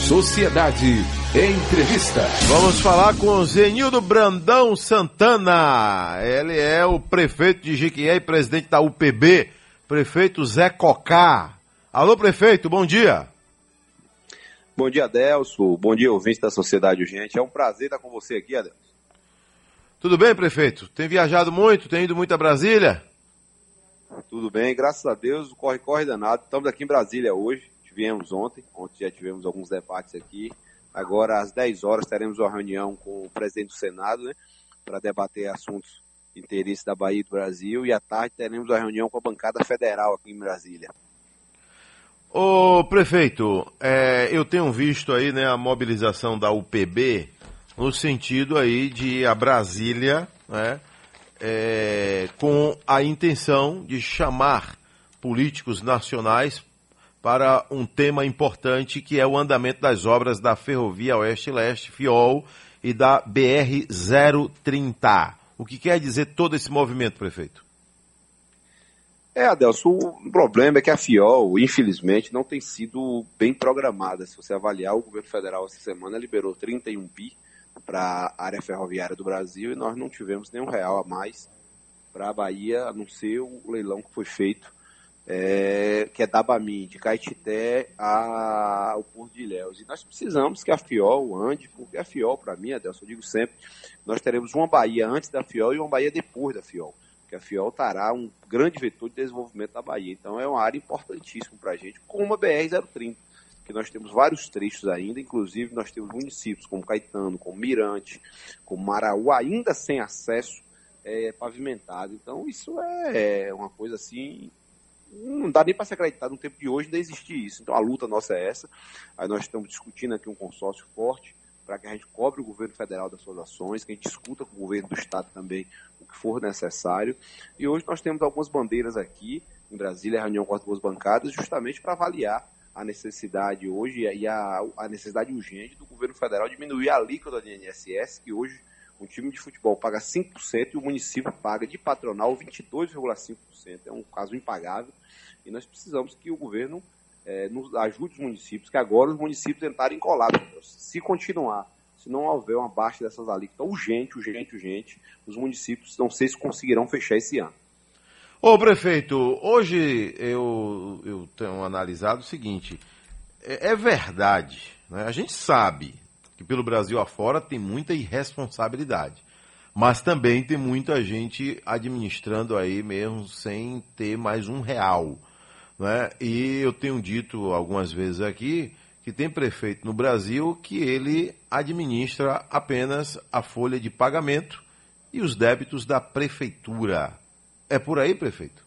Sociedade Entrevista. Vamos falar com o Zenildo Brandão Santana. Ele é o prefeito de Jequié e presidente da UPB, prefeito Zé Cocá. Alô, prefeito, bom dia. Bom dia, Adelso. Bom dia, ouvinte da Sociedade Urgente. É um prazer estar com você aqui, Adelso. Tudo bem, prefeito? Tem viajado muito? Tem ido muito a Brasília? Tudo bem, graças a Deus. Corre danado. Estamos aqui em Brasília hoje. Viemos ontem já tivemos alguns debates aqui. Agora, às 10 horas, teremos uma reunião com o presidente do Senado, né, para debater assuntos de interesse da Bahia e do Brasil. E à tarde teremos uma reunião com a bancada federal aqui em Brasília. Ô, prefeito, eu tenho visto aí, né, a mobilização da UPB no sentido aí de ir a Brasília, né, com a intenção de chamar políticos nacionais para um tema importante que é o andamento das obras da Ferrovia Oeste-Leste, FIOL, e da BR-030. O que quer dizer todo esse movimento, prefeito? Adelso, o problema é que a FIOL, infelizmente, não tem sido bem programada. Se você avaliar, o governo federal essa semana liberou 31 bi para a área ferroviária do Brasil e nós não tivemos nenhum real a mais para a Bahia, a não ser o leilão que foi feito, que é da Bamin, de Caetité ao Porto de Ilhéus. E nós precisamos que a FIOL ande, porque a FIOL, para mim, Adelso, eu digo sempre, nós teremos uma Bahia antes da FIOL e uma Bahia depois da FIOL, porque a FIOL estará um grande vetor de desenvolvimento da Bahia. Então é uma área importantíssima para a gente, como a BR-030, que nós temos vários trechos ainda, inclusive nós temos municípios como Caetano, como Mirante, como Maraú, ainda sem acesso pavimentado. Então isso é uma coisa assim, não dá nem para se acreditar no tempo de hoje ainda existir isso. Então a luta nossa é essa. Aí nós estamos discutindo aqui um consórcio forte para que a gente cobre o governo federal das suas ações, que a gente discuta com o governo do estado também o que for necessário. E hoje nós temos algumas bandeiras aqui em Brasília, a reunião com as duas bancadas, justamente para avaliar a necessidade hoje e a necessidade urgente do governo federal diminuir a alíquota do INSS, que hoje um time de futebol paga 5% e o município paga de patronal 22,5%. É um caso impagável e nós precisamos que o governo nos ajude os municípios, que agora os municípios entrarem em colapso. Se continuar, se não houver uma baixa dessas alíquotas urgente, os municípios não sei se conseguirão fechar esse ano. Ô, prefeito, hoje eu tenho analisado o seguinte, é verdade, né? A gente sabe que pelo Brasil afora tem muita irresponsabilidade, mas também tem muita gente administrando aí mesmo sem ter mais um real, né? E eu tenho dito algumas vezes aqui que tem prefeito no Brasil que ele administra apenas a folha de pagamento e os débitos da prefeitura. É por aí, prefeito?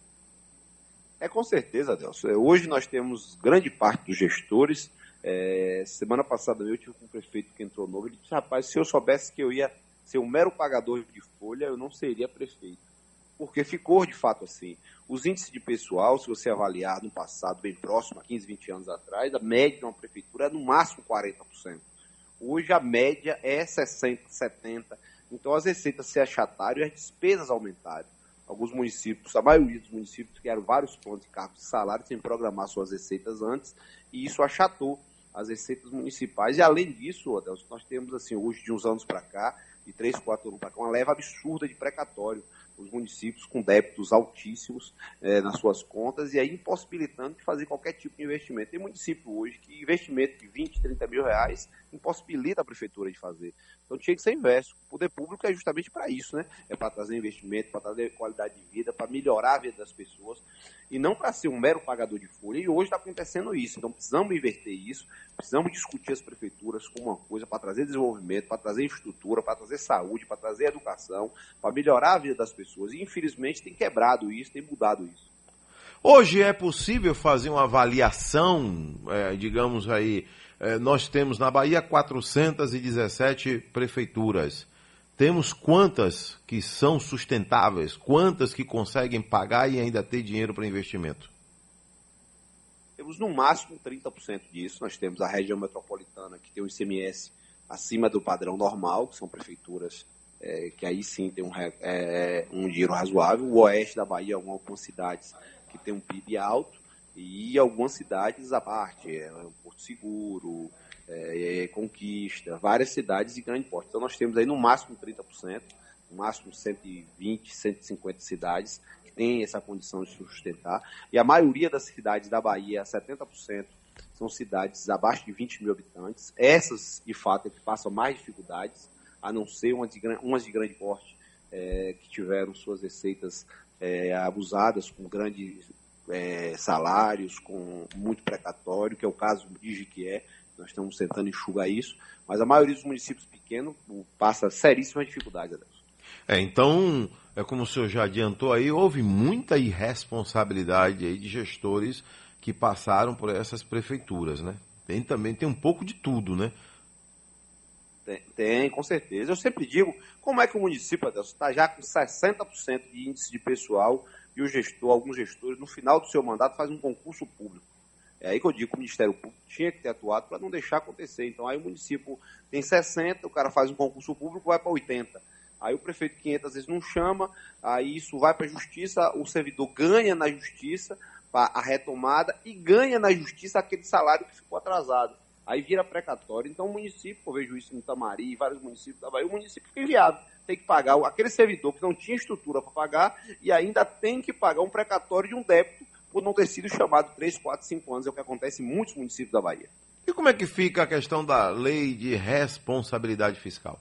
Com certeza, Adelso. Hoje nós temos grande parte dos gestores. Semana passada eu tive um prefeito que entrou novo, ele disse, rapaz, se eu soubesse que eu ia ser um mero pagador de folha, eu não seria prefeito. Porque ficou de fato assim. Os índices de pessoal, se você avaliar no passado, bem próximo, há 15, 20 anos atrás, a média de uma prefeitura é no máximo 40%. Hoje a média é 60%, 70%. Então as receitas se achataram e as despesas aumentaram. Alguns municípios, a maioria dos municípios criaram vários pontos de cargos de salário sem programar suas receitas antes, e isso achatou as receitas municipais. E além disso, Adelso, nós temos assim, hoje de uns anos para cá, de 3, 4 anos para cá, uma leva absurda de precatório. Os municípios com débitos altíssimos nas suas contas e aí impossibilitando de fazer qualquer tipo de investimento. Tem município hoje que investimento de 20, 30 mil reais impossibilita a prefeitura de fazer. Então tinha que ser inverso. O poder público é justamente para isso, né? É para trazer investimento, para trazer qualidade de vida, para melhorar a vida das pessoas e não para ser um mero pagador de folha. E hoje está acontecendo isso. Então precisamos inverter isso, precisamos discutir as prefeituras como uma coisa para trazer desenvolvimento, para trazer infraestrutura, para trazer saúde, para trazer educação, para melhorar a vida das pessoas. E infelizmente tem quebrado isso, tem mudado isso. Hoje é possível fazer uma avaliação, digamos aí, nós temos na Bahia 417 prefeituras. Temos quantas que são sustentáveis? Quantas que conseguem pagar e ainda ter dinheiro para investimento? Temos no máximo 30% disso. Nós temos a região metropolitana, que tem o ICMS acima do padrão normal, que são prefeituras que aí sim tem um dinheiro razoável. O oeste da Bahia, algumas cidades que tem um PIB alto, e algumas cidades à parte, Porto Seguro, Conquista, várias cidades de grande porte. Então nós temos aí no máximo 30%, no máximo 120, 150 cidades que têm essa condição de se sustentar. E a maioria das cidades da Bahia, 70%, são cidades abaixo de 20 mil habitantes. Essas, de fato, é que passam mais dificuldades, a não ser umas de grande porte, que tiveram suas receitas abusadas, com grandes salários, com muito precatório, que é o caso de Jequié. Nós estamos tentando enxugar isso, mas a maioria dos municípios pequenos passa seríssimas dificuldades, Adelson. Então, como o senhor já adiantou aí, houve muita irresponsabilidade aí de gestores que passaram por essas prefeituras, né? Tem um pouco de tudo, né? Tem, com certeza. Eu sempre digo, como é que o município, Adelson, está já com 60% de índice de pessoal e alguns gestores, no final do seu mandato, fazem um concurso público. É aí que eu digo que o Ministério Público tinha que ter atuado para não deixar acontecer. Então, aí o município tem 60, o cara faz um concurso público, vai para 80. Aí o prefeito 500 às vezes não chama, aí isso vai para a justiça, o servidor ganha na justiça a retomada e ganha na justiça aquele salário que ficou atrasado. Aí vira precatório. Então o município, eu vejo isso em Itamari e vários municípios da Bahia, o município fica inviável. Tem que pagar aquele servidor que não tinha estrutura para pagar e ainda tem que pagar um precatório de um débito por não ter sido chamado 3, 4, 5 anos, é o que acontece em muitos municípios da Bahia. E como é que fica a questão da lei de responsabilidade fiscal?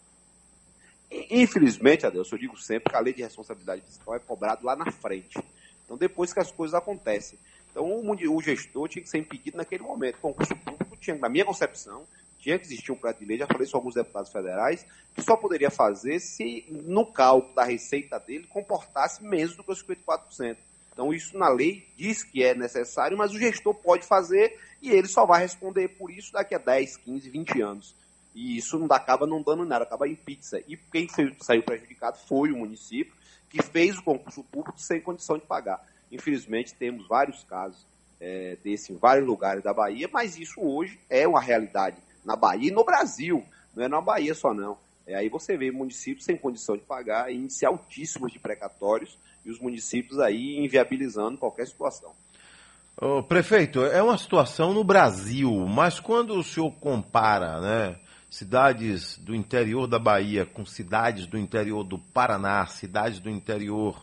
Infelizmente, Adelson, eu digo sempre que a lei de responsabilidade fiscal é cobrada lá na frente. Então, depois que as coisas acontecem. Então, o gestor tinha que ser impedido naquele momento. O concurso público tinha, na minha concepção, tinha que existir um projeto de lei, já falei isso a alguns deputados federais, que só poderia fazer se, no cálculo da receita dele, comportasse menos do que os 54%. Então, isso na lei diz que é necessário, mas o gestor pode fazer e ele só vai responder por isso daqui a 10, 15, 20 anos. E isso acaba não dando nada, acaba em pizza. E quem saiu prejudicado foi o município, que fez o concurso público sem condição de pagar. Infelizmente, temos vários casos desse em vários lugares da Bahia, mas isso hoje é uma realidade na Bahia e no Brasil, não é na Bahia só não. Aí você vê municípios sem condição de pagar, índice altíssimos de precatórios, e os municípios aí inviabilizando qualquer situação. Ô, prefeito, é uma situação no Brasil, mas quando o senhor compara, né, cidades do interior da Bahia com cidades do interior do Paraná, cidades do interior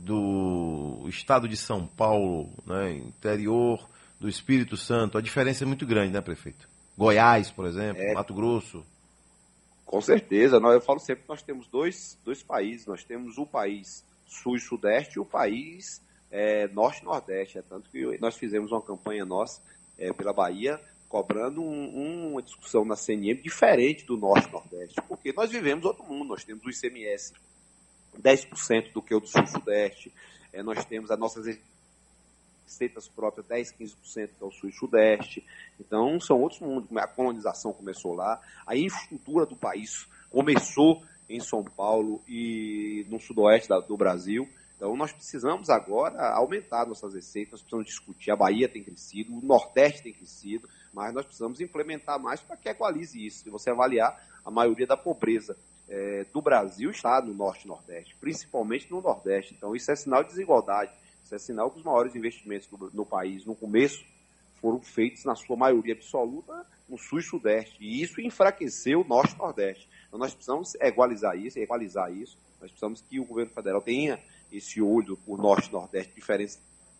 do estado de São Paulo, né, interior do Espírito Santo, a diferença é muito grande, né, prefeito? Goiás, por exemplo, Mato Grosso. Com certeza, eu falo sempre que nós temos dois países, nós temos o país sul e sudeste e o país norte e nordeste, tanto que nós fizemos uma campanha nossa pela Bahia, cobrando uma discussão na CNM diferente do norte e nordeste, porque nós vivemos outro mundo, nós temos o ICMS 10% do que o do sul e sudeste, nós temos as nossas receitas próprias 10, 15% que é o sul e sudeste, então são outros mundos, a colonização começou lá, a infraestrutura do país começou em São Paulo e no sudoeste do Brasil. Então, nós precisamos agora aumentar nossas receitas, nós precisamos discutir. A Bahia tem crescido, o Nordeste tem crescido, mas nós precisamos implementar mais para que equalize isso. Se você avaliar, a maioria da pobreza do Brasil está no Norte e Nordeste, principalmente no Nordeste. Então, isso é sinal de desigualdade, isso é sinal que os maiores investimentos no país, no começo, foram feitos, na sua maioria absoluta, no Sul e Sudeste. E isso enfraqueceu o Norte e Nordeste. Então, nós precisamos equalizar isso. Nós precisamos que o governo federal tenha esse olho por Norte e Nordeste diferente.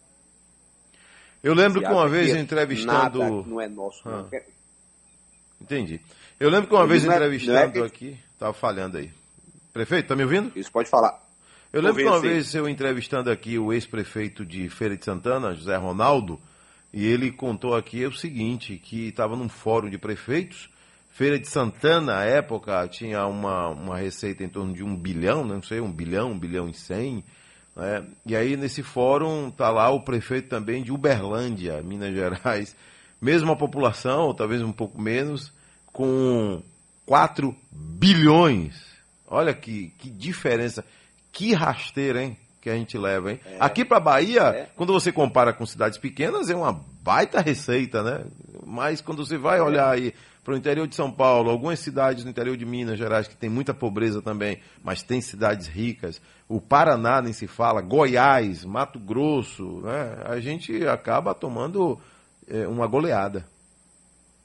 Eu lembro que uma vez entrevistando... Nada não é nosso. Não. Entendi. Eu lembro que uma vez entrevistando aqui... Estava falhando aí. Prefeito, está me ouvindo? Isso, pode falar. Eu lembro que uma vez eu entrevistando aqui o ex-prefeito de Feira de Santana, José Ronaldo, e ele contou aqui o seguinte, que estava num fórum de prefeitos, Feira de Santana, na época, tinha uma receita em torno de 1 bilhão, não sei, 1 bilhão e 100, né? E aí nesse fórum está lá o prefeito também de Uberlândia, Minas Gerais, mesma população, ou talvez um pouco menos, com 4 bilhões. Olha que diferença, que rasteira, hein, que a gente leva, hein? Aqui para Bahia, quando você compara com cidades pequenas, é uma baita receita, né? Mas quando você vai olhar aí para o interior de São Paulo, algumas cidades no interior de Minas Gerais que tem muita pobreza também, mas tem cidades ricas, o Paraná nem se fala, Goiás, Mato Grosso, né? A gente acaba tomando uma goleada.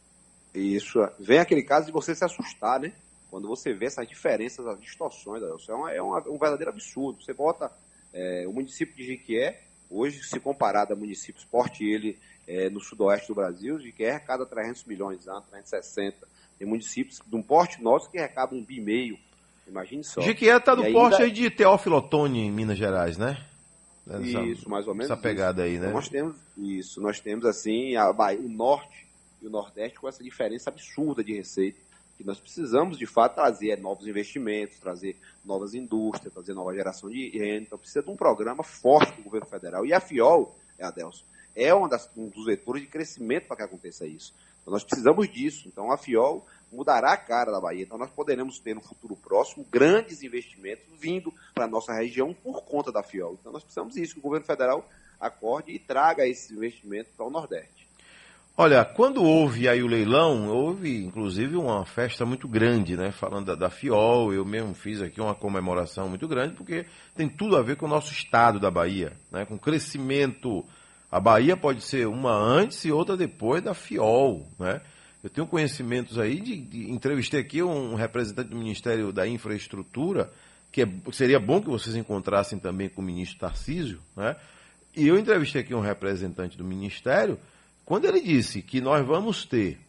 Isso. Vem aquele caso de você se assustar, né? Quando você vê essas diferenças, as distorções, um verdadeiro absurdo. Você bota o município de Jequié, hoje, se comparado a municípios, porte ele no sudoeste do Brasil, Jequié arrecada 300 milhões, 360. Tem municípios de um porte nosso que arrecada 1,5 bi. Imagine só. Jequié está no porte aí de Teófilo Otoni, em Minas Gerais, né? Isso, mais ou menos. Essa pegada aí, né? Então, nós temos assim, o norte e o nordeste com essa diferença absurda de receita, que nós precisamos, de fato, trazer novos investimentos, trazer novas indústrias, trazer nova geração de renda. Então, precisa de um programa forte do governo federal. E a FIOL, Adelson, é um dos vetores de crescimento para que aconteça isso. Então, nós precisamos disso. Então, a FIOL mudará a cara da Bahia. Então, nós poderemos ter no futuro próximo grandes investimentos vindo para a nossa região por conta da FIOL. Então, nós precisamos disso, que o governo federal acorde e traga esses investimentos para o Nordeste. Olha, quando houve aí o leilão, houve inclusive uma festa muito grande, né? Falando da FIOL, eu mesmo fiz aqui uma comemoração muito grande, porque tem tudo a ver com o nosso estado da Bahia, né? Com crescimento. A Bahia pode ser uma antes e outra depois da FIOL, né? Eu tenho conhecimentos aí entrevistei aqui um representante do Ministério da Infraestrutura, que seria bom que vocês encontrassem também com o ministro Tarcísio, né? E eu entrevistei aqui um representante do Ministério, quando ele disse que nós vamos ter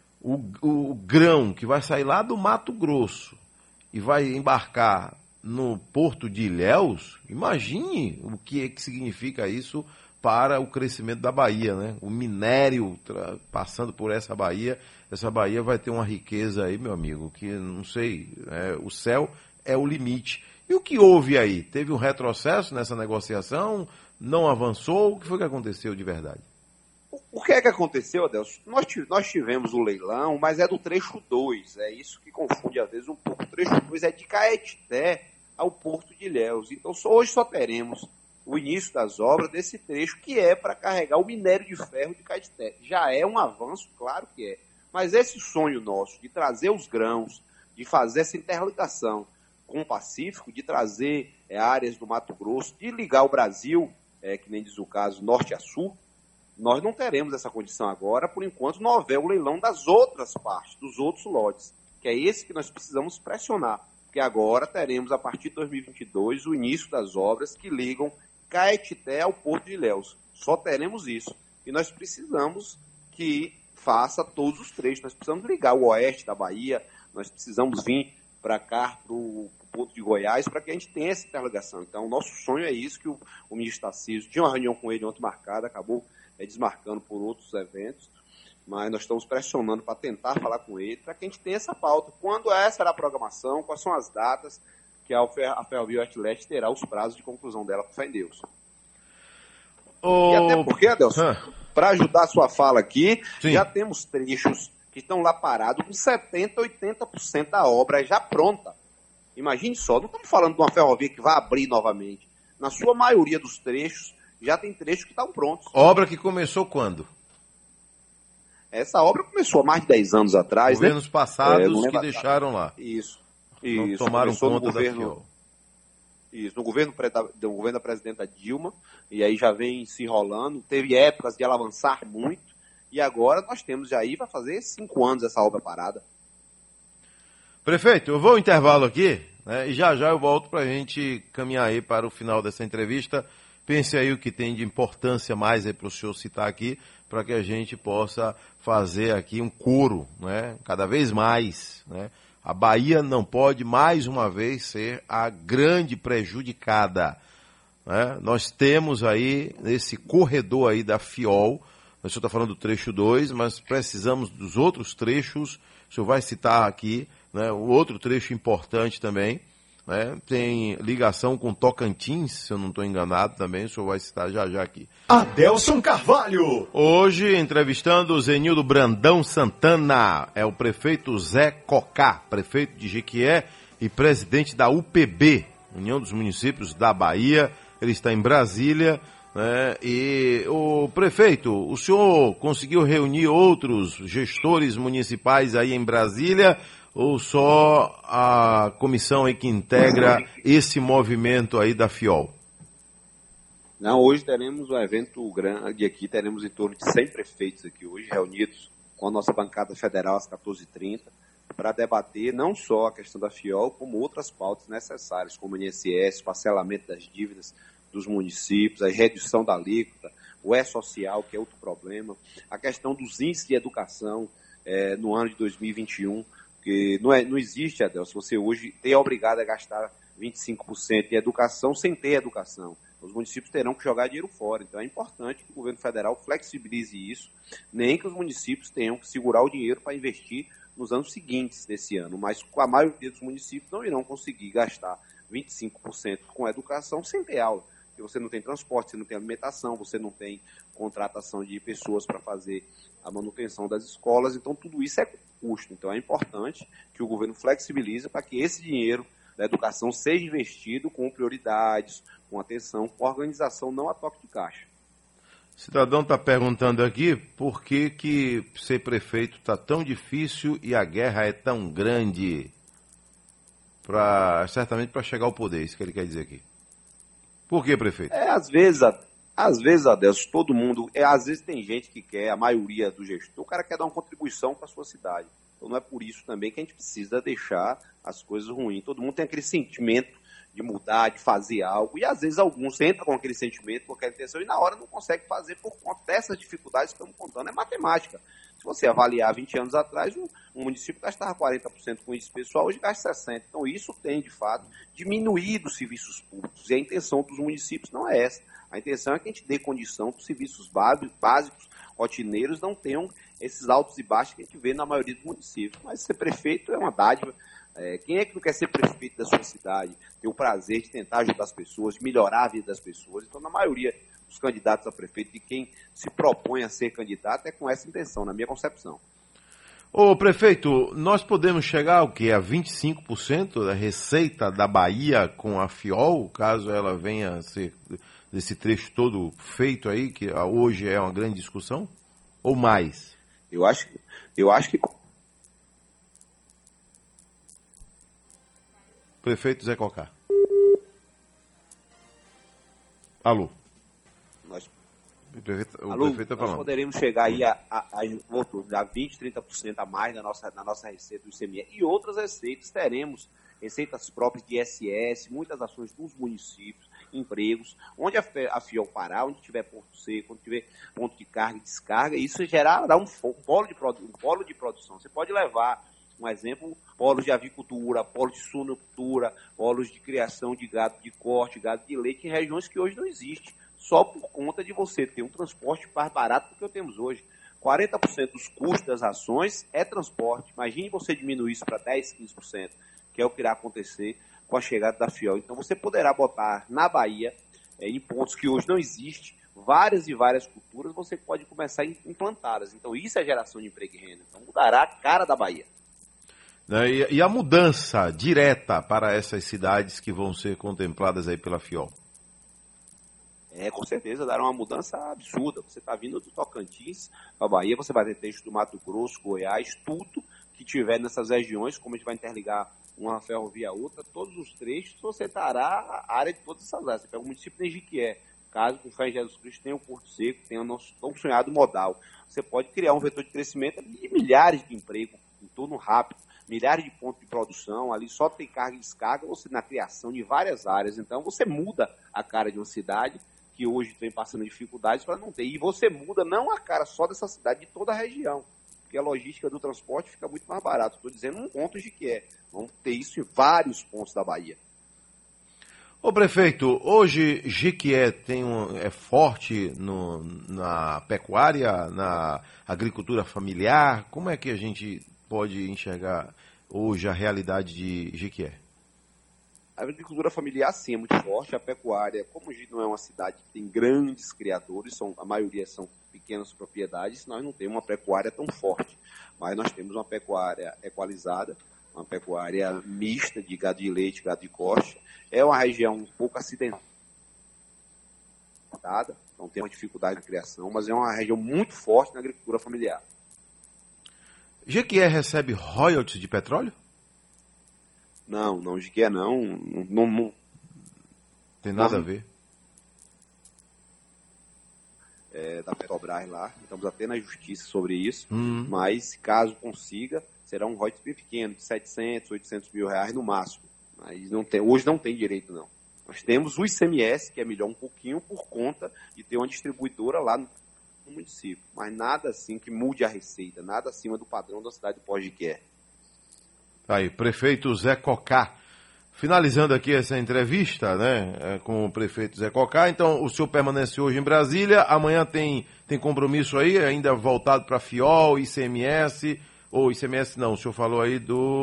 o grão que vai sair lá do Mato Grosso e vai embarcar no Porto de Ilhéus, imagine o que significa isso para o crescimento da Bahia, né? O minério passando por essa Bahia vai ter uma riqueza aí, meu amigo, que não sei, o céu é o limite. E o que houve aí? Teve um retrocesso nessa negociação? Não avançou? O que foi que aconteceu de verdade? O que é que aconteceu, Adelson? Nós tivemos o leilão, mas é do trecho 2. É isso que confunde às vezes um pouco. O trecho 2 é de Caetité ao Porto de Ilhéus. Então hoje só teremos o início das obras desse trecho, que é para carregar o minério de ferro de Caetité. Já é um avanço, claro que é. Mas esse sonho nosso de trazer os grãos, de fazer essa interligação com o Pacífico, de trazer áreas do Mato Grosso, de ligar o Brasil, que nem diz o caso, norte a sul, nós não teremos essa condição agora, por enquanto não houver o leilão das outras partes, dos outros lotes, que é esse que nós precisamos pressionar, porque agora teremos, a partir de 2022, o início das obras que ligam Caetité ao Porto de Ilhéus. Só teremos isso. E nós precisamos que faça todos os trechos. Nós precisamos ligar o oeste da Bahia, nós precisamos vir para cá, para o Porto de Goiás, para que a gente tenha essa interligação. Então, o nosso sonho é isso, que o ministro Tarcísio tinha uma reunião com ele ontem marcada, acabou desmarcando por outros eventos, mas nós estamos pressionando para tentar falar com ele, para que a gente tenha essa pauta. Quando será a programação, quais são as datas que a Ferrovia Oeste-Leste terá os prazos de conclusão dela, com fé em Deus. E até porque, Adelson, para ajudar a sua fala aqui, sim, já temos trechos que estão lá parados com 70%, 80% da obra já pronta. Imagine só, não estamos falando de uma ferrovia que vai abrir novamente. Na sua maioria dos trechos, já tem trechos que estão prontos. Obra que começou quando? Essa obra começou há mais de 10 anos atrás, governos passados que deixaram lá. Isso. Não tomaram conta da FIOL. Isso, no governo da presidenta Dilma, e aí já vem se enrolando. Teve épocas de ela avançar muito, e agora nós temos já aí, vai fazer 5 anos essa obra parada. Prefeito, eu vou ao intervalo aqui, né, e já eu volto para a gente caminhar aí para o final dessa entrevista. Pense aí o que tem de importância mais aí para o senhor citar aqui, para que a gente possa fazer aqui um coro, né, cada vez mais, né? A Bahia não pode, mais uma vez, ser a grande prejudicada, né? Nós temos aí, esse corredor aí da FIOL, o senhor está falando do trecho 2, mas precisamos dos outros trechos, o senhor vai citar aqui, né, o outro trecho importante também, né, tem ligação com Tocantins, se eu não estou enganado também, o senhor vai citar já aqui. Adelson Carvalho. Hoje, entrevistando o Zenildo Brandão Santana, é o prefeito Zé Cocá, prefeito de Jequié e presidente da UPB, União dos Municípios da Bahia. Ele está em Brasília, né? E o prefeito, o senhor conseguiu reunir outros gestores municipais aí em Brasília, ou só a comissão aí que integra esse movimento aí da FIOL? Não, hoje teremos um evento grande aqui, teremos em torno de 100 prefeitos aqui hoje reunidos com a nossa bancada federal às 14h30, para debater não só a questão da FIOL, como outras pautas necessárias, como o INSS, parcelamento das dívidas dos municípios, a redução da alíquota, o E-Social, que é outro problema, a questão dos índices de educação no ano de 2021, que não existe, Adelson, você hoje é obrigado a gastar 25% em educação sem ter educação. Os municípios terão que jogar dinheiro fora. Então é importante que o governo federal flexibilize isso, nem que os municípios tenham que segurar o dinheiro para investir nos anos seguintes desse ano. Mas a maioria dos municípios não irão conseguir gastar 25% com educação sem ter aula. Porque você não tem transporte, você não tem alimentação, você não tem contratação de pessoas para fazer a manutenção das escolas. Então tudo isso é custo. Então é importante que o governo flexibilize para que esse dinheiro da educação seja investido com prioridades, com atenção, com organização, não a toque de caixa. O cidadão está perguntando aqui por que ser prefeito está tão difícil e a guerra é tão grande, certamente para chegar ao poder, isso que ele quer dizer aqui. Por que, prefeito? Às vezes, Adelson, todo mundo, às vezes tem gente que quer, a maioria do gestor, o cara quer dar uma contribuição para a sua cidade. Então não é por isso também que a gente precisa deixar as coisas ruins. Todo mundo tem aquele sentimento de mudar, de fazer algo, e às vezes alguns entram com aquele sentimento, com aquela intenção, e na hora não consegue fazer por conta dessas dificuldades que estamos contando. É matemática. Se você avaliar 20 anos atrás, um município gastava 40% com isso pessoal, hoje gasta 60%. Então isso tem, de fato, diminuído os serviços públicos, e a intenção dos municípios não é essa. A intenção é que a gente dê condição para os serviços básicos, rotineiros, não tenham esses altos e baixos que a gente vê na maioria dos municípios. Mas ser prefeito é uma dádiva. Quem é que não quer ser prefeito da sua cidade, ter o prazer de tentar ajudar as pessoas, de melhorar a vida das pessoas? Então, na maioria dos candidatos a prefeito, e quem se propõe a ser candidato, é com essa intenção, na minha concepção. Ô, prefeito, nós podemos chegar ao quê? A 25% da receita da Bahia com a FIOL, caso ela venha a ser desse trecho todo feito aí, que hoje é uma grande discussão? Ou mais? Eu acho que Prefeito Zé Cocá. Alô. O prefeito está falando. Nós poderemos chegar aí a 20%, 30% a mais na nossa receita do ICMS. E outras receitas teremos, receitas próprias de ISS, muitas ações dos municípios, empregos, onde a FIOL parar, onde tiver porto seco, onde tiver ponto de carga e descarga, isso gerará um polo de produção. Você pode levar, um exemplo, polos de avicultura, polos de suinocultura, polos de criação de gado de corte, gado de leite, em regiões que hoje não existem, só por conta de você ter um transporte mais barato do que temos hoje. 40% dos custos das ações é transporte. Imagine você diminuir isso para 10%, 15%, que é o que irá acontecer com a chegada da FIOL. Então você poderá botar na Bahia, em pontos que hoje não existem, várias e várias culturas, você pode começar a implantá-las. Então isso é geração de emprego e renda. Então mudará a cara da Bahia. E a mudança direta para essas cidades que vão ser contempladas aí pela FIOL? Com certeza dará uma mudança absurda. Você está vindo do Tocantins para a Bahia, você vai ter trecho do Mato Grosso, Goiás, tudo que tiver nessas regiões, como a gente vai interligar uma ferrovia a outra, todos os trechos, você estará a área de todas essas áreas. Você pega o município de Jequié, caso com fé em Jesus Cristo tenha o Porto Seco, tenha o nosso tão sonhado modal. Você pode criar um vetor de crescimento de milhares de empregos, em torno rápido, milhares de pontos de produção, ali só tem carga e descarga, você na criação de várias áreas. Então você muda a cara de uma cidade que hoje vem passando dificuldades para não ter. E você muda não a cara só dessa cidade, de toda a região. Porque a logística do transporte fica muito mais barata. Estou dizendo um ponto de que vamos ter isso em vários pontos da Bahia. Ô prefeito, hoje Jequié é forte na pecuária, na agricultura familiar. Como é que a gente pode enxergar hoje a realidade de Jequié? A agricultura familiar, sim, é muito forte. A pecuária, como a gente não é uma cidade que tem grandes criadores, a maioria são pequenas propriedades, nós não temos uma pecuária tão forte. Mas nós temos uma pecuária equalizada, uma pecuária mista de gado de leite, gado de corte. É uma região um pouco acidentada, então tem uma dificuldade na criação, mas é uma região muito forte na agricultura familiar. Jequié recebe royalties de petróleo? Não, Jequié não. Tem nada a ver. da Petrobras lá. Estamos até na justiça sobre isso, mas caso consiga, será um royalties bem pequeno, de 700, 800 mil reais no máximo. Mas hoje não tem direito, não. Nós temos o ICMS, que é melhor um pouquinho por conta de ter uma distribuidora lá no município, mas nada assim que mude a receita, nada acima do padrão da cidade de Pós de Guerra. Aí, prefeito Zé Cocá. Finalizando aqui essa entrevista, né, com o prefeito Zé Cocá. Então, o senhor permanece hoje em Brasília, amanhã tem compromisso aí, ainda voltado para FIOL, ICMS, ou ICMS não, o senhor falou aí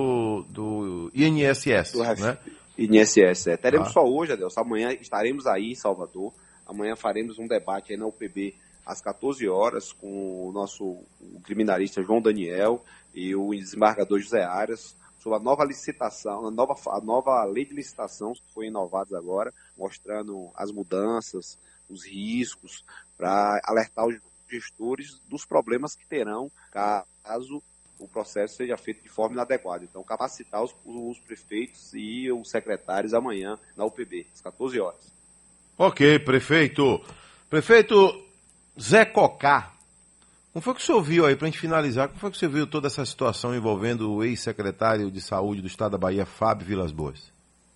do INSS, né? INSS, teremos só hoje, Adelson, amanhã estaremos aí em Salvador, amanhã faremos um debate aí na UPB às 14 horas com o criminalista João Daniel e o desembargador José Arias, sobre a nova licitação, a nova lei de licitação que foi inovada agora, mostrando as mudanças, os riscos, para alertar os gestores dos problemas que terão caso o processo seja feito de forma inadequada. Então, capacitar os prefeitos e os secretários amanhã na UPB, às 14 horas. Ok, prefeito. Prefeito Zé Cocá. Como foi que o senhor viu aí, para a gente finalizar, como foi que o senhor viu toda essa situação envolvendo o ex-secretário de Saúde do Estado da Bahia, Fábio Vilas Boas?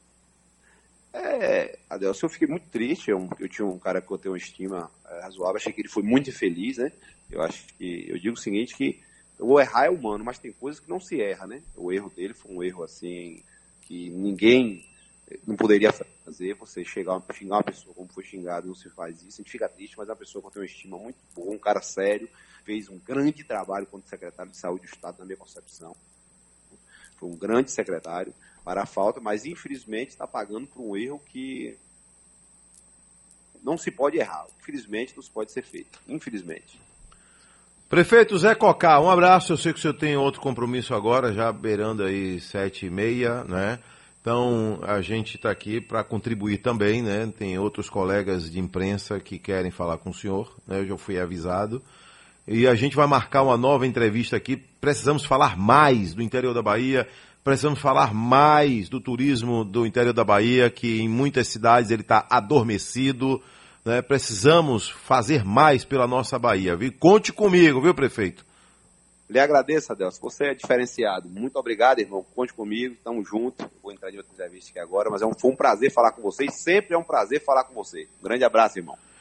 Adelson, eu fiquei muito triste. Eu tinha um cara que eu tenho uma estima razoável, achei que ele foi muito infeliz, né? Eu digo o seguinte, que o errar é humano, mas tem coisas que não se erra, né? O erro dele foi um erro, assim, que ninguém não poderia fazer. Você xingar uma pessoa como foi xingado, não se faz isso. A gente fica triste, mas é uma pessoa que eu tenho uma estima muito boa, um cara sério, fez um grande trabalho como secretário de Saúde do Estado, na minha concepção. Foi um grande secretário para a falta, mas infelizmente está pagando por um erro que não se pode errar. Infelizmente não se pode ser feito. Infelizmente. Prefeito Zé Cocá, um abraço. Eu sei que o senhor tem outro compromisso agora, já beirando aí 7h30, né? Então, a gente está aqui para contribuir também, né? Tem outros colegas de imprensa que querem falar com o senhor, né? Eu já fui avisado. E a gente vai marcar uma nova entrevista aqui. Precisamos falar mais do interior da Bahia, precisamos falar mais do turismo do interior da Bahia, que em muitas cidades ele está adormecido, né? Precisamos fazer mais pela nossa Bahia, viu? Conte comigo, viu, prefeito? Lhe agradeço, Adelson. Você é diferenciado. Muito obrigado, irmão. Conte comigo, estamos juntos. Vou entrar em outra entrevista aqui agora, mas foi um prazer falar com você e sempre é um prazer falar com você. Um grande abraço, irmão.